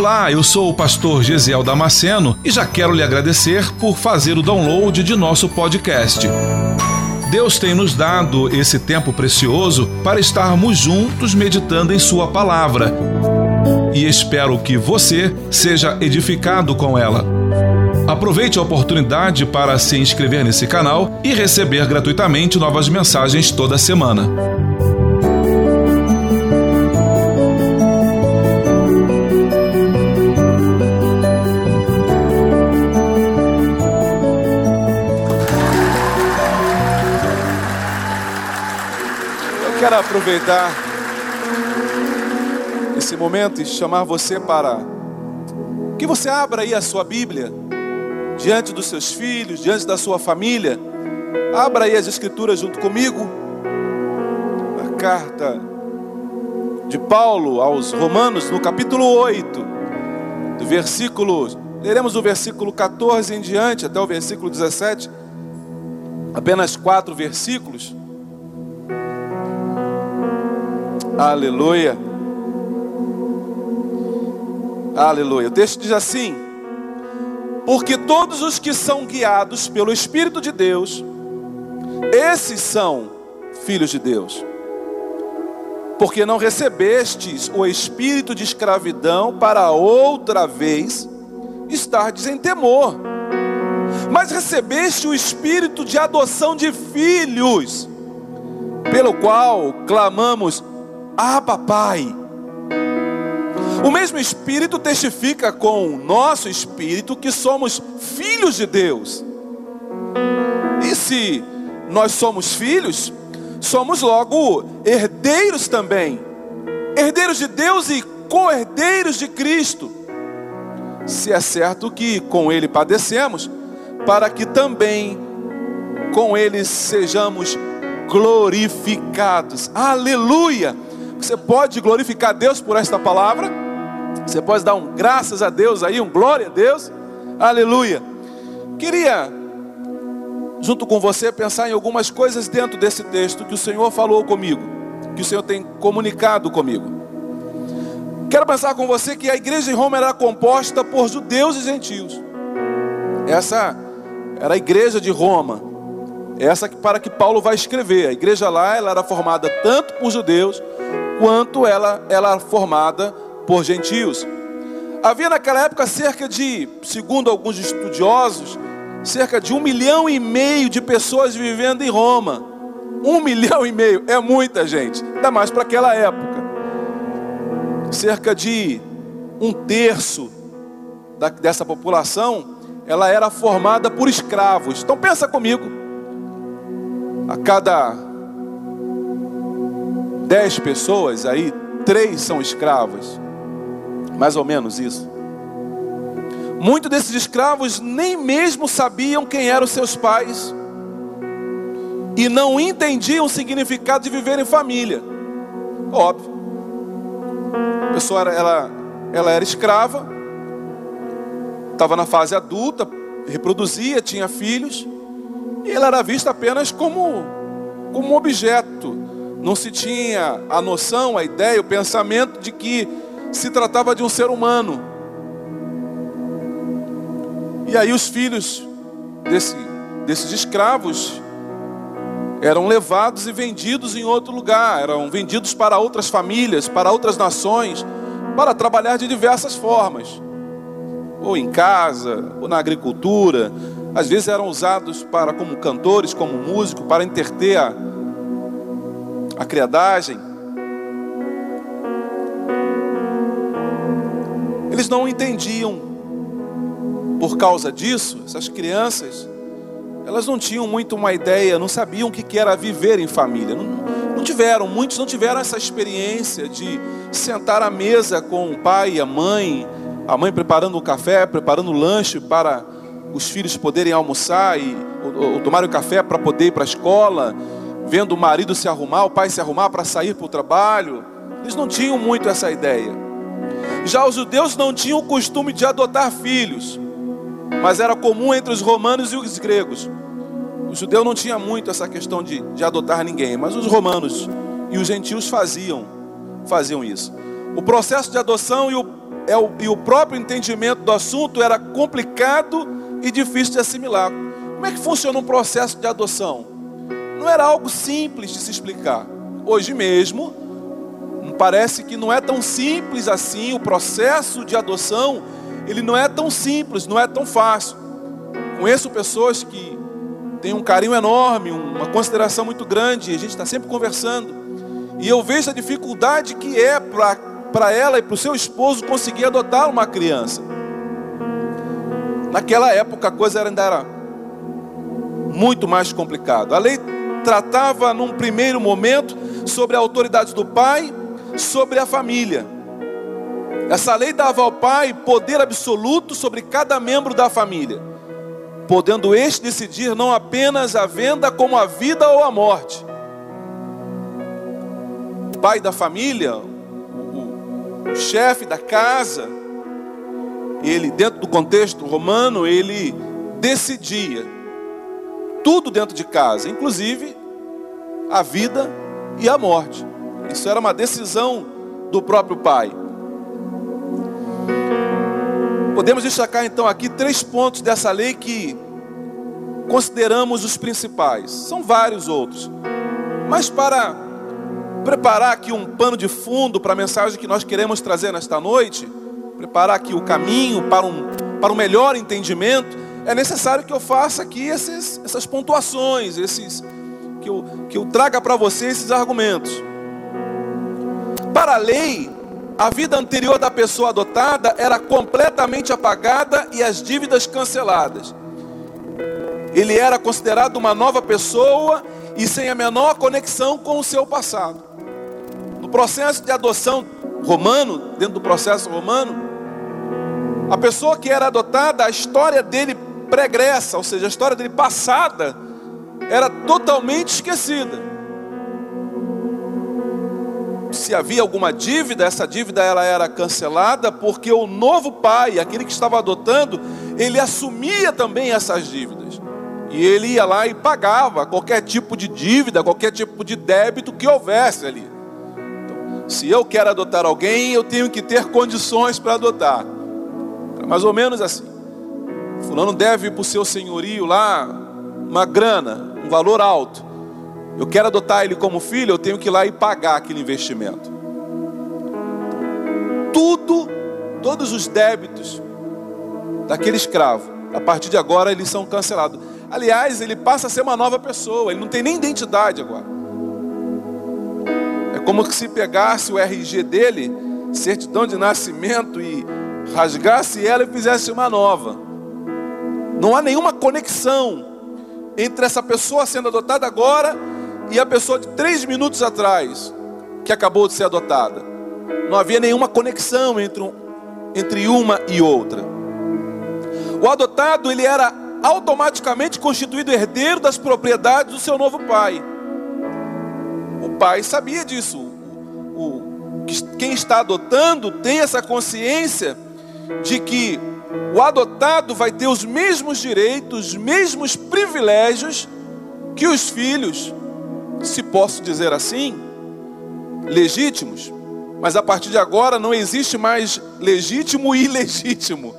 Olá, eu sou o pastor Gesiel Damasceno e já quero lhe agradecer por fazer o download de nosso podcast. Deus tem nos dado esse tempo precioso para estarmos juntos meditando em Sua palavra. E espero que você seja edificado com ela. Aproveite a oportunidade para se inscrever nesse canal e receber gratuitamente novas mensagens toda semana. Quero aproveitar esse momento e chamar você para que você abra aí a sua Bíblia diante dos seus filhos, diante da sua família. Abra aí as Escrituras junto comigo. A carta de Paulo aos Romanos, no capítulo 8, leremos do versículo 14 em diante até o versículo 17, apenas 4 versículos. Aleluia. Aleluia. O texto diz assim: porque todos os que são guiados pelo Espírito de Deus, esses são filhos de Deus. Porque não recebestes o espírito de escravidão para outra vez estardes em temor, mas recebeste o espírito de adoção de filhos, pelo qual clamamos: Abba, Pai. O mesmo Espírito testifica com o nosso espírito que somos filhos de Deus. E se nós somos filhos, somos logo herdeiros também, herdeiros de Deus e co-herdeiros de Cristo, se é certo que com Ele padecemos, para que também com Ele sejamos glorificados. Aleluia! Você pode glorificar Deus por esta palavra? Você pode dar um graças a Deus aí, um glória a Deus? Aleluia! Queria, junto com você, pensar em algumas coisas dentro desse texto que o Senhor falou comigo, que o Senhor tem comunicado comigo. Quero pensar com você que a igreja em Roma era composta por judeus e gentios. Essa era a igreja de Roma. Essa para que Paulo vai escrever. A igreja lá, ela era formada tanto por judeus quanto ela era formada por gentios. Havia naquela época cerca de, segundo alguns estudiosos, cerca de 1,5 milhão de pessoas vivendo em Roma. 1,5 milhão é muita gente, ainda mais para aquela época. Cerca de 1/3 dessa população, ela era formada por escravos. Então pensa comigo, a cada 10 pessoas, aí 3 são escravos, mais ou menos isso. Muitos desses escravos nem mesmo sabiam quem eram seus pais e não entendiam o significado de viver em família. Óbvio, a pessoa ela era escrava, estava na fase adulta, reproduzia, tinha filhos, e ela era vista apenas como um objeto. Não se tinha a noção, a ideia, o pensamento de que se tratava de um ser humano. E aí os filhos desses escravos eram levados e vendidos em outro lugar. Eram vendidos para outras famílias, para outras nações, para trabalhar de diversas formas. Ou em casa, ou na agricultura. Às vezes eram usados como cantores, como músicos, para entreter a criadagem. Eles não entendiam. Por causa disso, essas crianças, elas não tinham muito uma ideia, não sabiam o que era viver em família. Muitos não tiveram essa experiência de sentar à mesa com o pai e a mãe preparando o café, preparando o lanche para os filhos poderem almoçar ou tomarem o café para poder ir para a escola, vendo o marido se arrumar, o pai se arrumar para sair para o trabalho. Eles não tinham muito essa ideia. Já os judeus não tinham o costume de adotar filhos, mas era comum entre os romanos e os gregos. O judeu não tinha muito essa questão de adotar ninguém, mas os romanos e os gentios faziam isso. O processo de adoção e o e o próprio entendimento do assunto era complicado e difícil de assimilar. Como é que funciona um processo de adoção? Não era algo simples de se explicar. Hoje mesmo, parece que não é tão simples assim. O processo de adoção, ele não é tão simples, não é tão fácil. Conheço pessoas que têm um carinho enorme, uma consideração muito grande, e a gente está sempre conversando. E eu vejo a dificuldade que é para ela e para o seu esposo conseguir adotar uma criança. Naquela época a coisa ainda era muito mais complicada. A lei tratava num primeiro momento sobre a autoridade do pai, sobre a família. Essa lei dava ao pai poder absoluto sobre cada membro da família, podendo este decidir não apenas a venda, como a vida ou a morte. O pai da família, o chefe da casa, ele, dentro do contexto romano, ele decidia tudo dentro de casa, inclusive a vida e a morte. Isso era uma decisão do próprio pai. Podemos destacar então aqui 3 pontos dessa lei que consideramos os principais. São vários outros, mas para preparar aqui um pano de fundo para a mensagem que nós queremos trazer nesta noite, preparar aqui o caminho para um melhor entendimento, é necessário que eu faça aqui essas pontuações, que eu traga para você esses argumentos. Para a lei, a vida anterior da pessoa adotada era completamente apagada e as dívidas canceladas. Ele era considerado uma nova pessoa e sem a menor conexão com o seu passado. No processo de adoção romano, dentro do processo romano, a pessoa que era adotada, a história dele pregressa, ou seja, a história dele passada, era totalmente esquecida. Se havia alguma dívida, essa dívida ela era cancelada, porque o novo pai, aquele que estava adotando, ele assumia também essas dívidas. E ele ia lá e pagava qualquer tipo de dívida, qualquer tipo de débito que houvesse ali. Então, se eu quero adotar alguém, eu tenho que ter condições para adotar. É mais ou menos assim. Fulano deve para o seu senhorio lá uma grana, um valor alto. Eu quero adotar ele como filho, eu tenho que ir lá e pagar aquele investimento. Todos os débitos daquele escravo, a partir de agora eles são cancelados. Aliás, ele passa a ser uma nova pessoa, ele não tem nem identidade agora. É como se pegasse o RG dele, certidão de nascimento, e rasgasse ela e fizesse uma nova. Não há nenhuma conexão entre essa pessoa sendo adotada agora e a pessoa de 3 minutos atrás, que acabou de ser adotada. Não havia nenhuma conexão entre uma e outra. O adotado, ele era automaticamente constituído herdeiro das propriedades do seu novo pai. O pai sabia disso. Quem está adotando tem essa consciência de que o adotado vai ter os mesmos direitos, os mesmos privilégios que os filhos, se posso dizer assim, legítimos. Mas a partir de agora não existe mais legítimo e ilegítimo.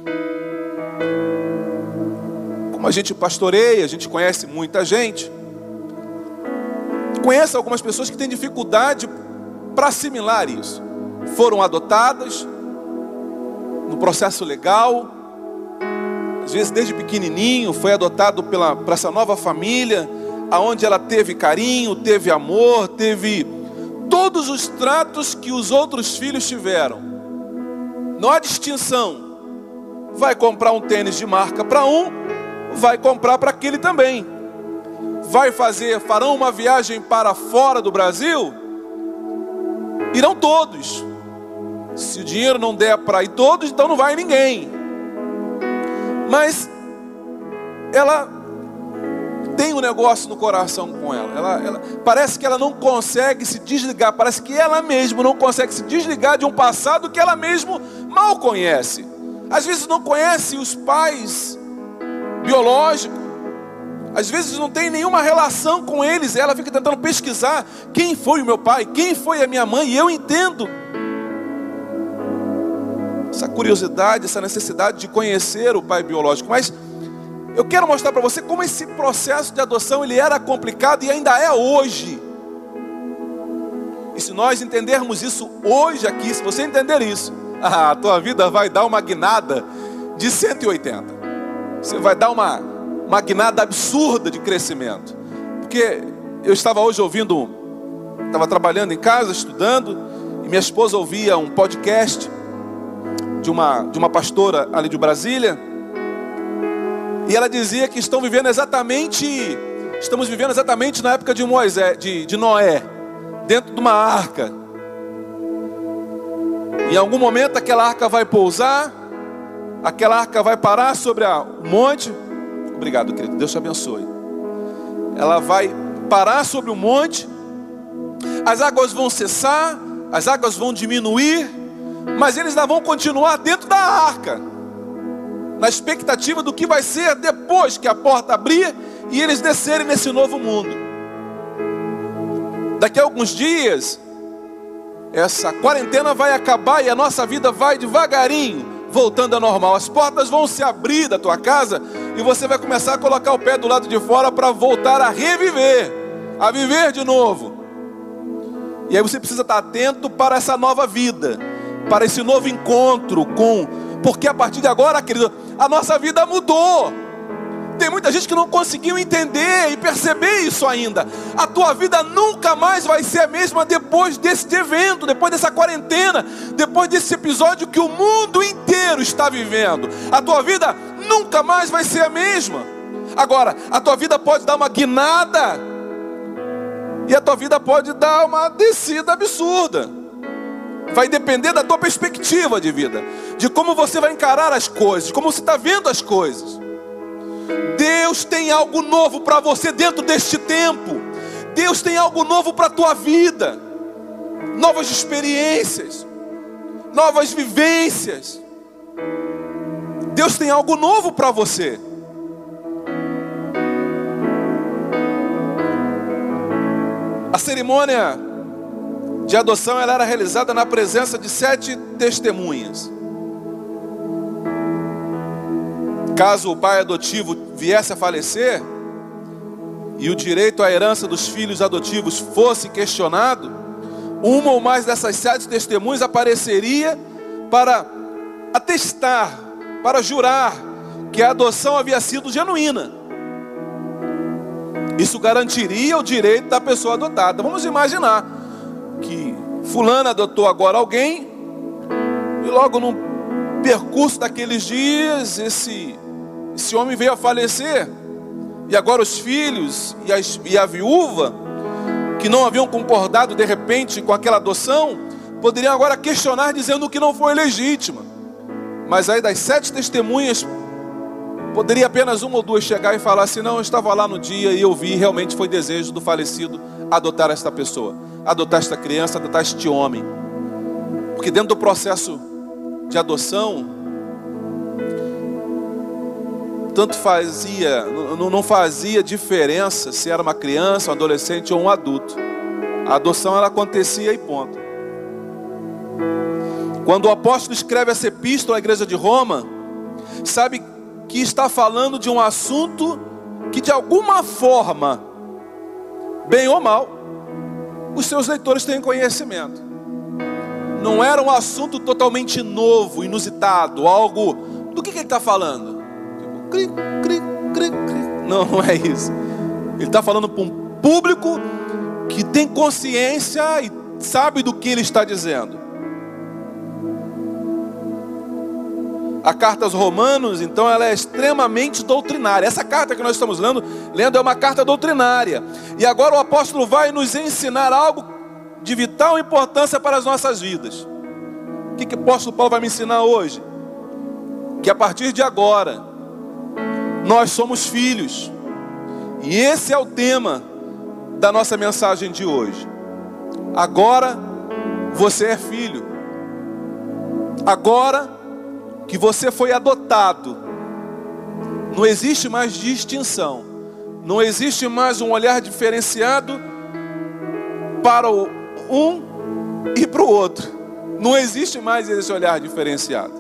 Como a gente pastoreia, a gente conhece muita gente. Conheço algumas pessoas que têm dificuldade para assimilar isso. Foram adotadas no processo legal, às vezes desde pequenininho foi adotado para essa nova família, aonde ela teve carinho, teve amor, teve todos os tratos que os outros filhos tiveram. Não há distinção. Vai comprar um tênis de marca para um, vai comprar para aquele também. Farão uma viagem para fora do Brasil, irão todos. Se o dinheiro não der para ir todos, então não vai ninguém. Mas ela tem um negócio no coração com ela. Parece que ela não consegue se desligar. Parece que ela mesma não consegue se desligar de um passado que ela mesma mal conhece. Às vezes não conhece os pais biológicos. Às vezes não tem nenhuma relação com eles. Ela fica tentando pesquisar quem foi o meu pai, quem foi a minha mãe. E eu entendo. essa curiosidade, essa necessidade de conhecer o pai biológico. Mas eu quero mostrar para você como esse processo de adoção ele era complicado e ainda é hoje. E se nós entendermos isso hoje aqui, se você entender isso, a tua vida vai dar uma guinada de 180. Você vai dar uma guinada absurda de crescimento. Porque eu estava hoje estava trabalhando em casa, estudando, e minha esposa ouvia um podcast de uma pastora ali de Brasília, e ela dizia que estamos vivendo exatamente na época de Moisés, de Noé, dentro de uma arca. Em algum momento aquela arca vai pousar, aquela arca vai parar sobre o monte. Obrigado, querido, Deus te abençoe. Ela vai parar sobre o monte, as águas vão cessar, as águas vão diminuir, mas eles ainda vão continuar dentro da arca, na expectativa do que vai ser depois que a porta abrir e eles descerem nesse novo mundo. Daqui a alguns dias, essa quarentena vai acabar e a nossa vida vai devagarinho voltando ao normal. As portas vão se abrir da tua casa e você vai começar a colocar o pé do lado de fora para voltar a reviver, a viver de novo. E aí você precisa estar atento para essa nova vida, para esse novo encontro porque a partir de agora, querido, a nossa vida mudou. Tem muita gente que não conseguiu entender e perceber isso ainda. A tua vida nunca mais vai ser a mesma depois desse evento, depois dessa quarentena, depois desse episódio que o mundo inteiro está vivendo. A tua vida nunca mais vai ser a mesma. Agora, a tua vida pode dar uma guinada e a tua vida pode dar uma descida absurda. Vai depender da tua perspectiva de vida, de como você vai encarar as coisas, de como você está vendo as coisas. Deus tem algo novo para você dentro deste tempo. Deus tem algo novo para a tua vida. Novas experiências, novas vivências. Deus tem algo novo para você. A cerimônia de adoção ela era realizada na presença de 7 testemunhas. Caso o pai adotivo viesse a falecer e o direito à herança dos filhos adotivos fosse questionado, uma ou mais dessas 7 testemunhas apareceria para atestar, para jurar que a adoção havia sido genuína. Isso garantiria o direito da pessoa adotada. Vamos imaginar que fulano adotou agora alguém e logo no percurso daqueles dias esse homem veio a falecer, e agora os filhos e a viúva que não haviam concordado de repente com aquela adoção poderiam agora questionar dizendo que não foi legítima. Mas aí das 7 testemunhas poderia apenas uma ou duas chegar e falar assim: não, eu estava lá no dia e eu vi, realmente foi desejo do falecido adotar esta pessoa, adotar esta criança, adotar este homem. Porque dentro do processo de adoção, não fazia diferença se era uma criança, um adolescente ou um adulto. A adoção ela acontecia e ponto. Quando o apóstolo escreve essa epístola à igreja de Roma, sabe que está falando de um assunto que de alguma forma, bem ou mal, os seus leitores têm conhecimento. Não era um assunto totalmente novo, inusitado, algo... Do que ele está falando? Tipo, cri, cri, cri, cri. Não é isso. Ele está falando para um público que tem consciência e sabe do que ele está dizendo. A carta aos Romanos, então, ela é extremamente doutrinária. Essa carta que nós estamos lendo é uma carta doutrinária. E agora o apóstolo vai nos ensinar algo de vital importância para as nossas vidas. O que o apóstolo Paulo vai me ensinar hoje? Que a partir de agora, nós somos filhos. E esse é o tema da nossa mensagem de hoje. Agora você é filho. Agora que você foi adotado, não existe mais distinção, não existe mais um olhar diferenciado para um e para o outro. Não existe mais esse olhar diferenciado.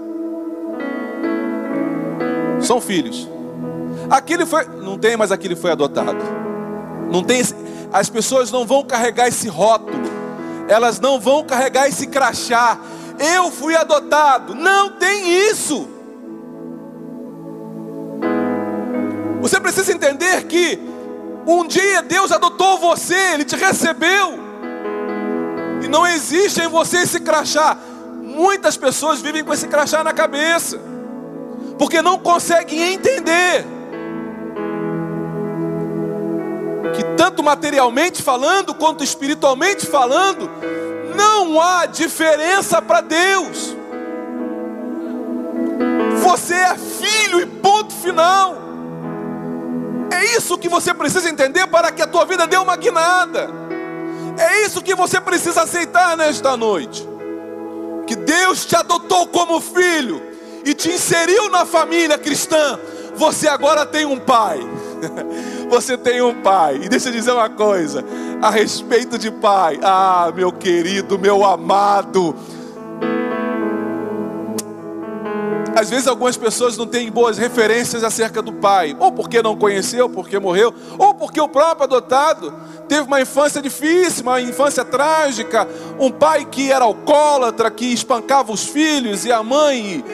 São filhos. Aquele foi, não tem mais aquele foi adotado. Não tem, as pessoas não vão carregar esse rótulo. Elas não vão carregar esse crachá. Eu fui adotado. Não tem isso. Você precisa entender que um dia Deus adotou você, Ele te recebeu. E não existe em você esse crachá. Muitas pessoas vivem com esse crachá na cabeça, porque não conseguem entender que tanto materialmente falando, quanto espiritualmente falando, não há diferença para Deus. Você é filho e ponto final. É isso que você precisa entender para que a tua vida dê uma guinada. É isso que você precisa aceitar nesta noite. Que Deus te adotou como filho e te inseriu na família cristã. Você agora tem um pai. Você tem um pai. E deixa eu dizer uma coisa a respeito de pai. Ah, meu querido, meu amado, às vezes algumas pessoas não têm boas referências acerca do pai, ou porque não conheceu, porque morreu, ou porque o próprio adotado teve uma infância difícil, uma infância trágica, um pai que era alcoólatra, que espancava os filhos e a mãe,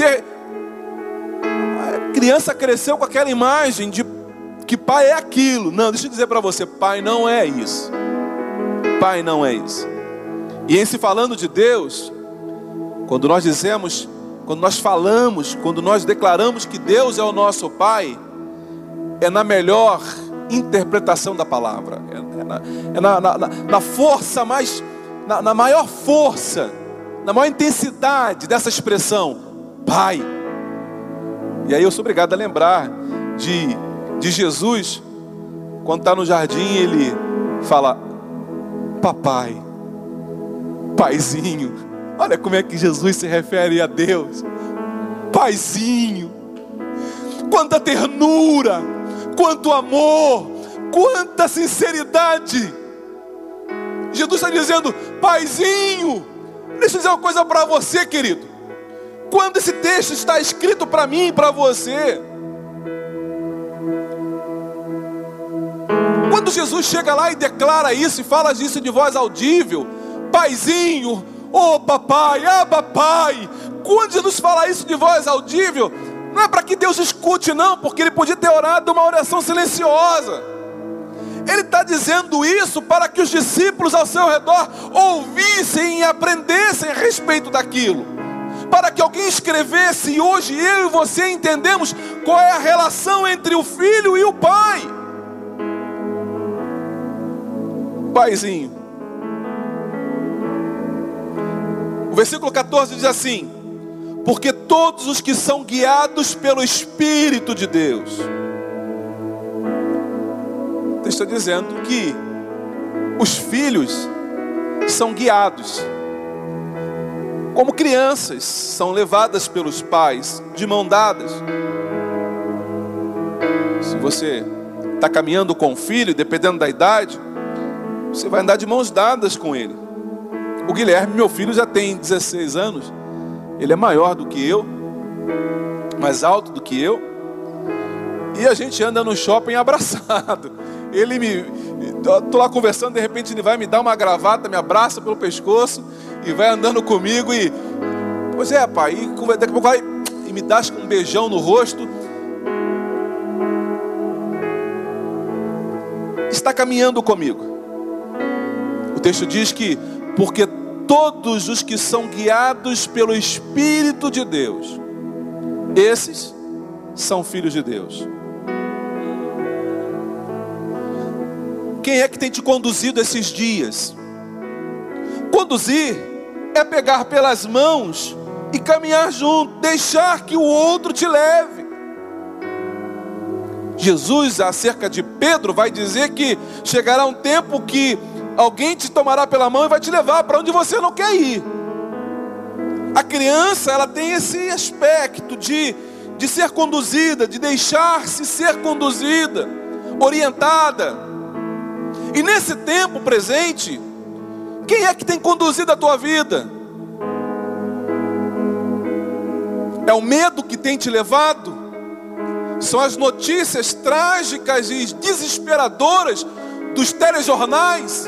a criança cresceu com aquela imagem de que pai é aquilo. Não, deixa eu dizer para você, pai não é isso. Pai não é isso. E em se falando de Deus, quando nós dizemos, quando nós falamos, quando nós declaramos que Deus é o nosso pai, é na melhor interpretação da palavra, na força mais, na maior força, na maior intensidade dessa expressão, pai. E aí eu sou obrigado a lembrar de Jesus, quando está no jardim, ele fala, papai, paizinho. Olha como é que Jesus se refere a Deus, paizinho. Quanta ternura, quanto amor, quanta sinceridade. Jesus está dizendo, paizinho. Deixa eu dizer uma coisa para você, querido. Quando esse texto está escrito para mim e para você, quando Jesus chega lá e declara isso e fala disso de voz audível, paizinho, oh papai, papai. Quando Jesus fala isso de voz audível, não é para que Deus escute não, porque ele podia ter orado uma oração silenciosa. Ele está dizendo isso para que os discípulos ao seu redor ouvissem e aprendessem a respeito daquilo, para que alguém escrevesse. E hoje eu e você entendemos qual é a relação entre o filho e o pai. Paizinho. O versículo 14 diz assim, porque todos os que são guiados pelo Espírito de Deus. Está dizendo que os filhos são guiados, como crianças são levadas pelos pais de mão dadas. Se você está caminhando com o filho, dependendo da idade, você vai andar de mãos dadas com ele. O Guilherme, meu filho, já tem 16 anos. Ele é maior do que eu, mais alto do que eu, e a gente anda no shopping abraçado. Estou lá conversando, de repente ele vai me dar uma gravata, me abraça pelo pescoço e vai andando comigo e, pois é, pai, e daqui a pouco vai e me dá um beijão no rosto. Está caminhando comigo. O texto diz que, porque todos os que são guiados pelo Espírito de Deus, esses são filhos de Deus. Quem é que tem te conduzido esses dias? Conduzir é pegar pelas mãos e caminhar junto, deixar que o outro te leve. Jesus, acerca de Pedro, vai dizer que chegará um tempo que alguém te tomará pela mão e vai te levar para onde você não quer ir. A criança, ela tem esse aspecto de ser conduzida, de deixar-se ser conduzida, orientada. E nesse tempo presente, quem é que tem conduzido a tua vida? É o medo que tem te levado? São as notícias trágicas e desesperadoras dos telejornais?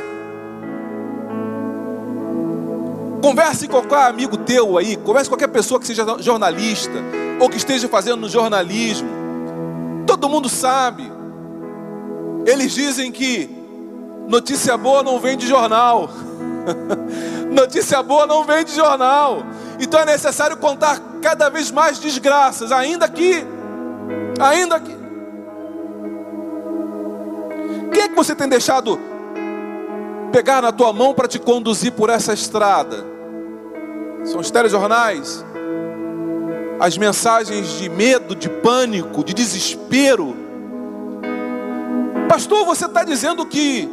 Converse com qualquer amigo teu aí, converse com qualquer pessoa que seja jornalista ou que esteja fazendo jornalismo. Todo mundo sabe. Eles dizem que notícia boa não vem de jornal. Notícia boa não vem de jornal. Então é necessário contar cada vez mais desgraças, ainda que. Quem é que você tem deixado pegar na tua mão para te conduzir por essa estrada? São os telejornais, as mensagens de medo, de pânico, de desespero. Pastor, você está dizendo que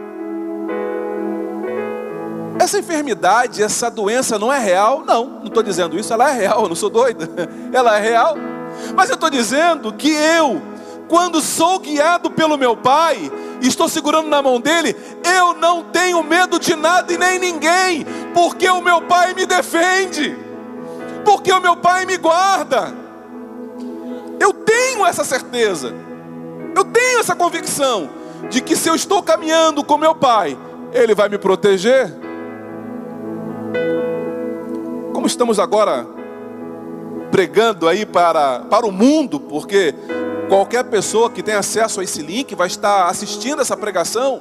essa enfermidade, essa doença não é real? Não estou dizendo isso, ela é real, eu não sou doido. Ela é real. Mas eu estou dizendo que eu, quando sou guiado pelo meu Pai, estou segurando na mão dele, eu não tenho medo de nada e nem ninguém, porque o meu Pai me defende, porque o meu Pai me guarda. Eu tenho essa certeza, eu tenho essa convicção de que se eu estou caminhando com meu Pai, Ele vai me proteger. Como estamos agora pregando aí para o mundo, porque qualquer pessoa que tem acesso a esse link vai estar assistindo essa pregação.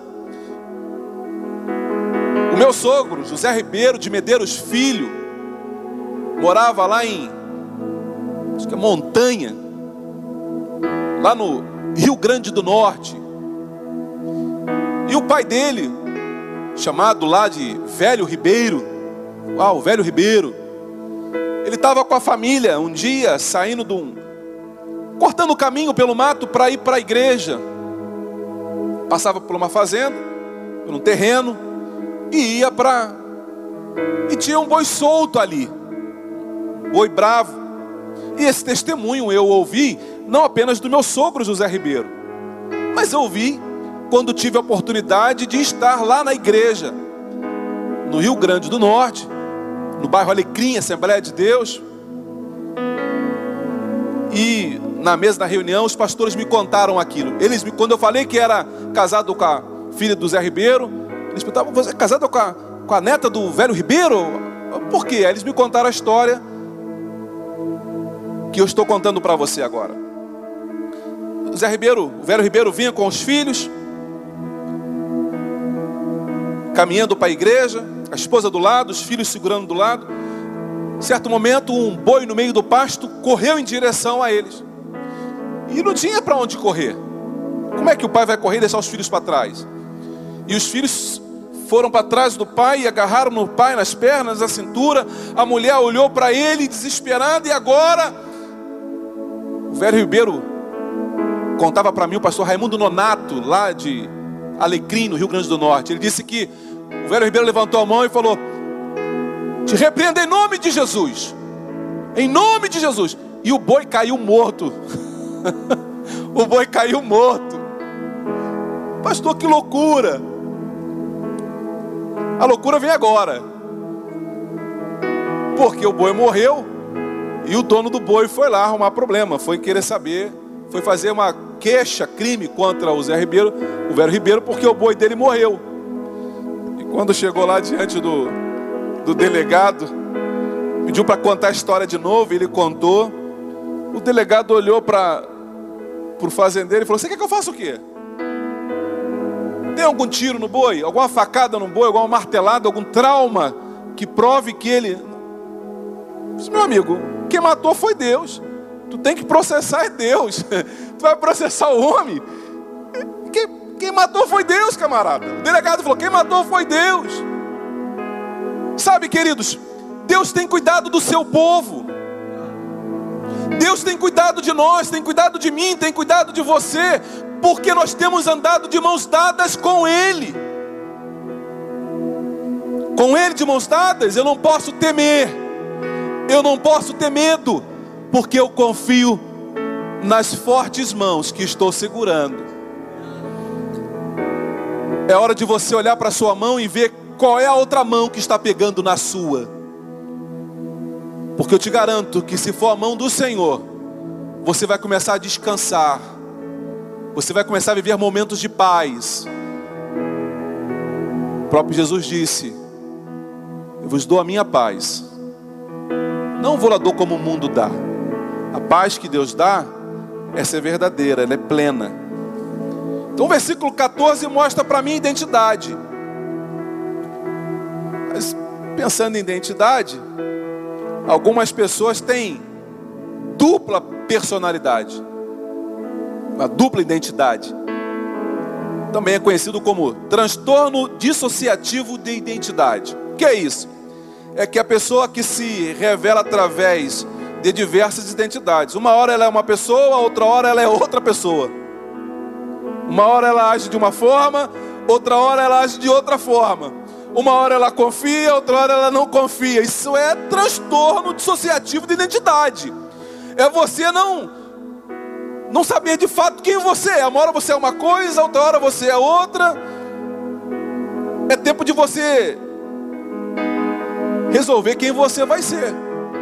O meu sogro, José Ribeiro de Medeiros Filho, morava lá em, acho que é Montanha, lá no Rio Grande do Norte. E o pai dele, chamado lá de Velho Ribeiro, o Velho Ribeiro, ele estava com a família um dia saindo cortando o caminho pelo mato para ir para a igreja. Passava por uma fazenda, por um terreno, e e tinha um boi solto ali, boi bravo. E esse testemunho eu ouvi não apenas do meu sogro José Ribeiro, mas eu ouvi quando tive a oportunidade de estar lá na igreja, no Rio Grande do Norte, no bairro Alecrim, Assembleia de Deus. E na mesa da reunião, os pastores me contaram aquilo. Quando eu falei que era casado com a filha do Zé Ribeiro, eles perguntavam: você é casado com a neta do Velho Ribeiro? Por quê? Aí eles me contaram a história que eu estou contando para você agora. O Velho Ribeiro vinha com os filhos, caminhando para a igreja, a esposa do lado, os filhos segurando do lado. Certo momento, um boi no meio do pasto correu em direção a eles. E não tinha para onde correr. Como é que o pai vai correr e deixar os filhos para trás? E os filhos foram para trás do pai e agarraram no pai nas pernas, na cintura. A mulher olhou para ele desesperada. E agora, o Velho Ribeiro contava para mim, o pastor Raimundo Nonato, lá de Alecrim, no Rio Grande do Norte. Ele disse que o Velho Ribeiro levantou a mão e falou: te repreendo em nome de Jesus, em nome de Jesus. E o boi caiu morto. O boi caiu morto. Pastor, que loucura. A loucura vem agora, porque o boi morreu e o dono do boi foi lá arrumar problema, foi querer saber, foi fazer uma queixa, crime contra o Zé Ribeiro, o Velho Ribeiro, porque o boi dele morreu. E quando chegou lá diante do delegado, pediu para contar a história de novo, e ele contou. O delegado olhou para o fazendeiro e falou: você quer que eu faça o quê? Tem algum tiro no boi? Alguma facada no boi? Alguma martelada? Algum trauma que prove que ele... Disse: meu amigo, quem matou foi Deus. Tu tem que processar é Deus. Tu vai processar o homem? Quem matou foi Deus, camarada. O delegado falou: quem matou foi Deus. Sabe, queridos, Deus tem cuidado do seu povo. Deus tem cuidado de nós, tem cuidado de mim, tem cuidado de você, porque nós temos andado de mãos dadas com Ele. Com Ele de mãos dadas, eu não posso temer, eu não posso ter medo, porque eu confio nas fortes mãos que estou segurando. É hora de você olhar para a sua mão e ver qual é a outra mão que está pegando na sua. Porque eu te garanto que se for a mão do Senhor, você vai começar a descansar. Você vai começar a viver momentos de paz. O próprio Jesus disse: eu vos dou a minha paz. Não vou lá dou como o mundo dá. A paz que Deus dá, essa é verdadeira, ela é plena. Então o versículo 14 mostra para mim a identidade. Mas pensando em identidade, algumas pessoas têm dupla personalidade, uma dupla identidade. Também é conhecido como transtorno dissociativo de identidade. O que é isso? É que a pessoa que se revela através de diversas identidades. Uma hora ela é uma pessoa, outra hora ela é outra pessoa. Uma hora ela age de uma forma, outra hora ela age de outra forma. Uma hora ela confia, outra hora ela não confia. Isso é transtorno dissociativo de identidade. É você não saber de fato quem você é. Uma hora você é uma coisa, outra hora você é outra. É tempo de você resolver quem você vai ser.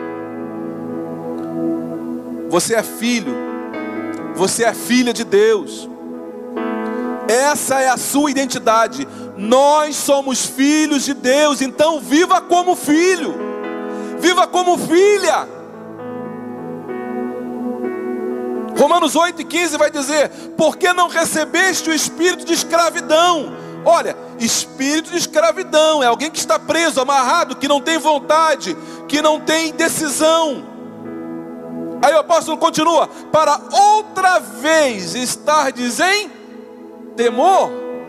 Você é filho. Você é filha de Deus. Essa é a sua identidade. Nós somos filhos de Deus. Então viva como filho. Viva como filha. Romanos 8:15 vai dizer: porque não recebeste o espírito de escravidão. Olha, espírito de escravidão é alguém que está preso, amarrado, que não tem vontade, que não tem decisão. Aí o apóstolo continua: para outra vez estardes em temor,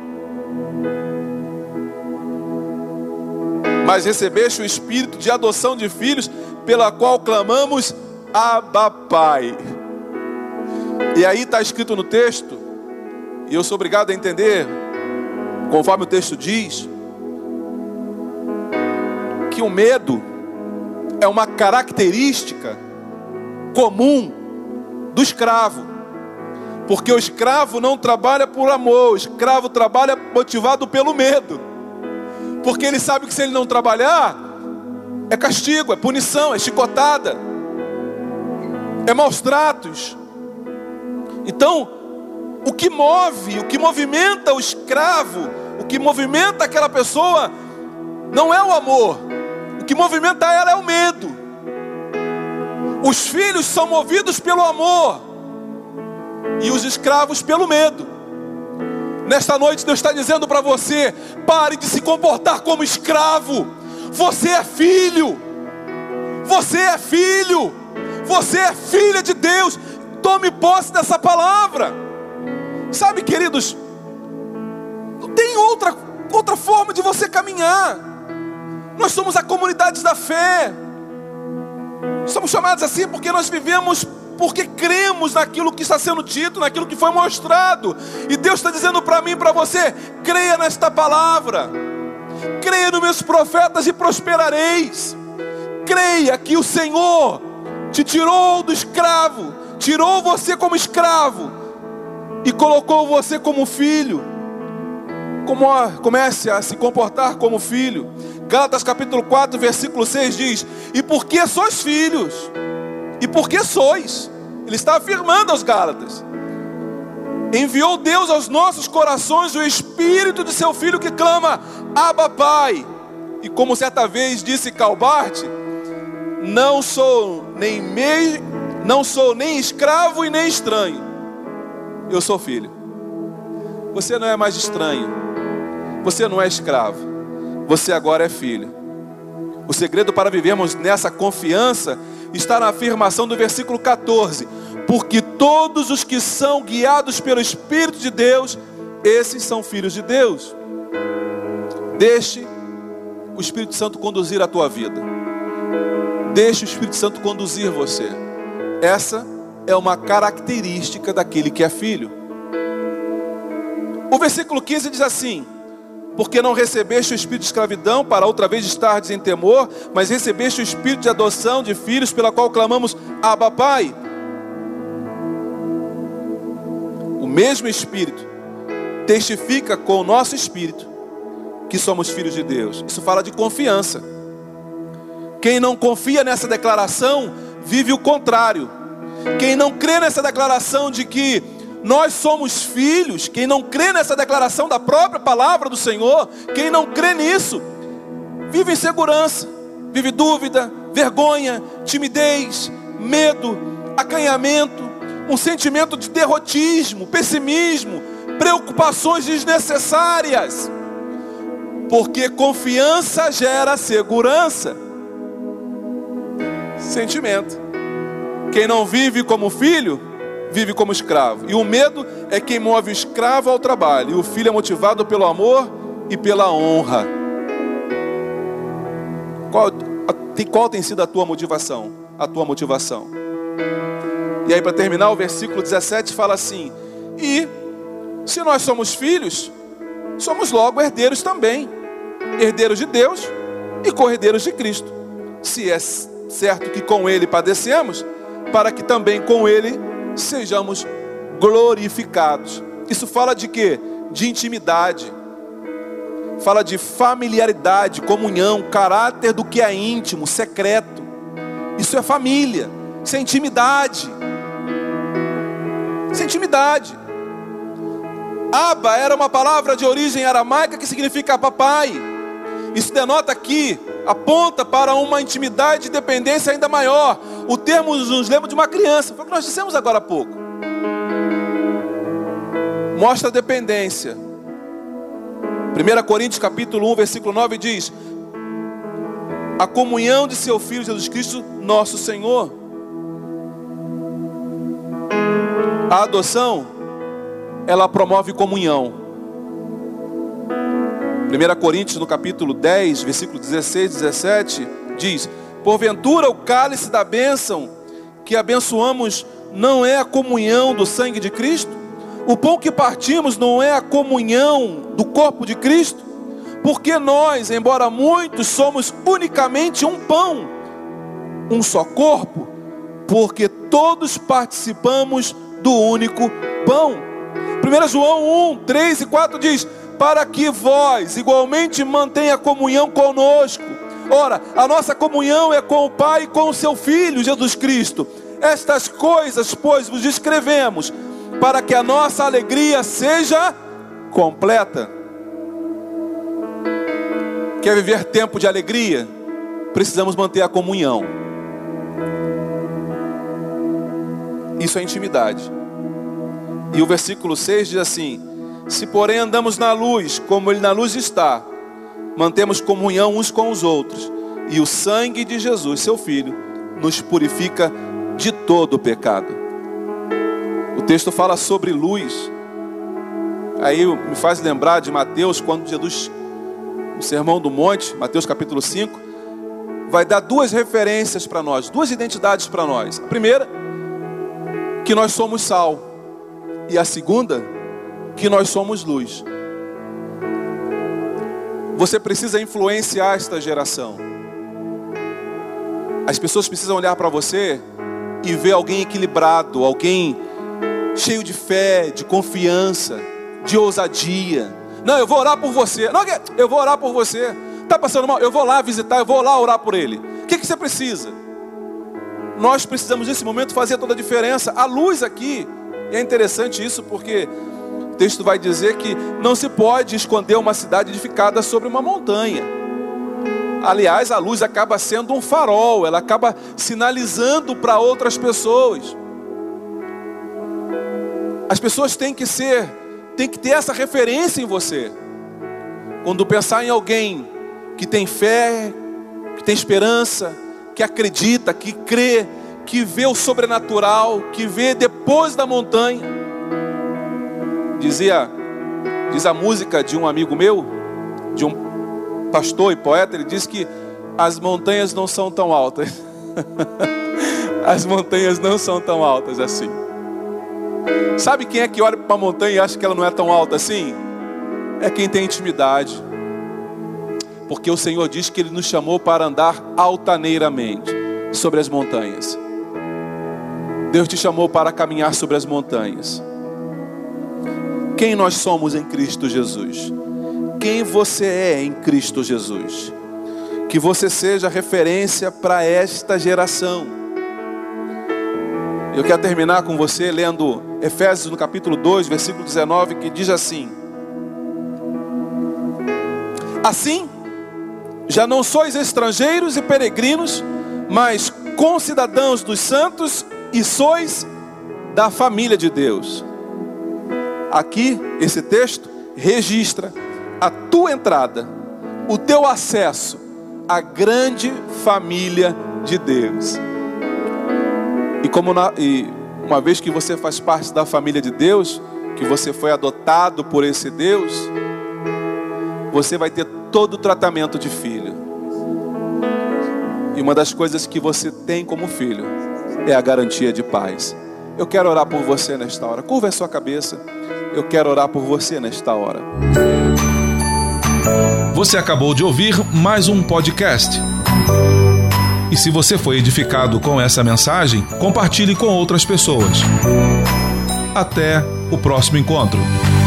mas recebeste o espírito de adoção de filhos, pela qual clamamos: Abba, Pai. E aí está escrito no texto, e eu sou obrigado a entender, conforme o texto diz, que o medo é uma característica comum do escravo. Porque o escravo não trabalha por amor, o escravo trabalha motivado pelo medo. Porque ele sabe que se ele não trabalhar, é castigo, é punição, é chicotada, é maus tratos. Então, o que movimenta o escravo, o que movimenta aquela pessoa, não é o amor. O que movimenta ela é o medo. Os filhos são movidos pelo amor e os escravos pelo medo. Nesta noite Deus está dizendo para você: pare de se comportar como escravo. Você é filho. Você é filho. Você é filha de Deus. Tome posse dessa palavra. Sabe, queridos, não tem outra forma de você caminhar. Nós somos a comunidade da fé. Somos chamados assim porque nós vivemos, porque cremos naquilo que está sendo dito, naquilo que foi mostrado. E Deus está dizendo para mim e para você: creia nesta palavra. Creia nos meus profetas e prosperareis. Creia que o Senhor te tirou do escravo, tirou você como escravo e colocou você como filho. Comece a se comportar como filho. Gálatas capítulo 4, versículo 6 diz: e porque sois filhos, e porque sois, ele está afirmando aos Gálatas, enviou Deus aos nossos corações o Espírito de seu Filho que clama: Abba, Pai. E como certa vez disse Calbart: não sou nem escravo e nem estranho, eu sou filho. Você não é mais estranho, você não é escravo, você agora é filho. O segredo para vivermos nessa confiança está na afirmação do versículo 14: porque todos os que são guiados pelo Espírito de Deus, esses são filhos de Deus. Deixe o Espírito Santo conduzir a tua vida. Deixe o Espírito Santo conduzir você. Essa é uma característica daquele que é filho. O versículo 15 diz assim: porque não recebeste o espírito de escravidão, para outra vez estardes em temor, mas recebeste o espírito de adoção de filhos, pela qual clamamos: Abba, Pai. O mesmo Espírito testifica com o nosso espírito que somos filhos de Deus. Isso fala de confiança. Quem não confia nessa declaração, vive o contrário. Quem não crê nessa declaração de que nós somos filhos, quem não crê nessa declaração da própria palavra do Senhor, quem não crê nisso, vive insegurança, vive dúvida, vergonha, timidez, medo, acanhamento, um sentimento de derrotismo, pessimismo, preocupações desnecessárias. Porque confiança gera segurança. Sentimento. Quem não vive como filho, vive como escravo. E o medo é quem move o escravo ao trabalho. E o filho é motivado pelo amor e pela honra. Qual tem sido a tua motivação? A tua motivação. E aí, para terminar, o versículo 17 fala assim: e se nós somos filhos, somos logo herdeiros também, herdeiros de Deus e co-herdeiros de Cristo, se é certo que com Ele padecemos, para que também com Ele sejamos glorificados. Isso fala de quê? De intimidade. Fala de familiaridade, comunhão, caráter do que é íntimo, secreto. Isso é família, isso é intimidade. Isso é intimidade. Abba era uma palavra de origem aramaica que significa papai. Isso denota aqui, aponta para uma intimidade e dependência ainda maior. O termo nos lembra de uma criança, foi o que nós dissemos agora há pouco. Mostra a dependência. 1 Coríntios capítulo 1, versículo 9 diz: a comunhão de seu Filho Jesus Cristo, nosso Senhor. A adoção, ela promove comunhão. 1 Coríntios no capítulo 10, versículo 16 e 17 diz: porventura o cálice da bênção que abençoamos não é a comunhão do sangue de Cristo? O pão que partimos não é a comunhão do corpo de Cristo? Porque nós, embora muitos, somos unicamente um pão, um só corpo, porque todos participamos do único pão. 1 João 1, 3 e 4 diz: para que vós igualmente mantenha comunhão conosco. Ora, a nossa comunhão é com o Pai e com o seu Filho, Jesus Cristo. Estas coisas, pois, vos escrevemos, para que a nossa alegria seja completa. Quer viver tempo de alegria? Precisamos manter a comunhão. Isso é intimidade. E o versículo 6 diz assim: se porém andamos na luz, como Ele na luz está, mantemos comunhão uns com os outros, e o sangue de Jesus, seu Filho, nos purifica de todo o pecado. O texto fala sobre luz. Aí me faz lembrar de Mateus, quando Jesus, no Sermão do Monte, Mateus capítulo 5, vai dar duas referências para nós, duas identidades para nós. A primeira, que nós somos sal. E a segunda, que nós somos luz. Você precisa influenciar esta geração. As pessoas precisam olhar para você e ver alguém equilibrado, alguém cheio de fé, de confiança, de ousadia. Não, eu vou orar por você. Não, eu vou orar por você. Está passando mal? Eu vou lá visitar, eu vou lá orar por ele. O que você precisa? Nós precisamos nesse momento fazer toda a diferença. A luz aqui, e é interessante isso porque o texto vai dizer que não se pode esconder uma cidade edificada sobre uma montanha. Aliás, a luz acaba sendo um farol, ela acaba sinalizando para outras pessoas. As pessoas têm que ter essa referência em você. Quando pensar em alguém que tem fé, que tem esperança, que acredita, que crê, que vê o sobrenatural, que vê depois da montanha. Diz a música de um amigo meu, de um pastor e poeta, ele diz que as montanhas não são tão altas. As montanhas não são tão altas assim. Sabe quem é que olha para uma montanha e acha que ela não é tão alta assim? É quem tem intimidade. Porque o Senhor diz que Ele nos chamou para andar altaneiramente sobre as montanhas. Deus te chamou para caminhar sobre as montanhas. Quem nós somos em Cristo Jesus? Quem você é em Cristo Jesus? que você seja referência para esta geração. Eu quero terminar com você lendo Efésios no capítulo 2, versículo 19, que diz assim: assim, já não sois estrangeiros e peregrinos, mas concidadãos dos santos e sois da família de Deus. Aqui, esse texto registra a tua entrada, o teu acesso à grande família de Deus. E uma vez que você faz parte da família de Deus, que você foi adotado por esse Deus, você vai ter todo o tratamento de filho. E uma das coisas que você tem como filho é a garantia de paz. Eu quero orar por você nesta hora. Curva a sua cabeça. Eu quero orar por você nesta hora. Você acabou de ouvir mais um podcast. E se você foi edificado com essa mensagem, compartilhe com outras pessoas. Até o próximo encontro.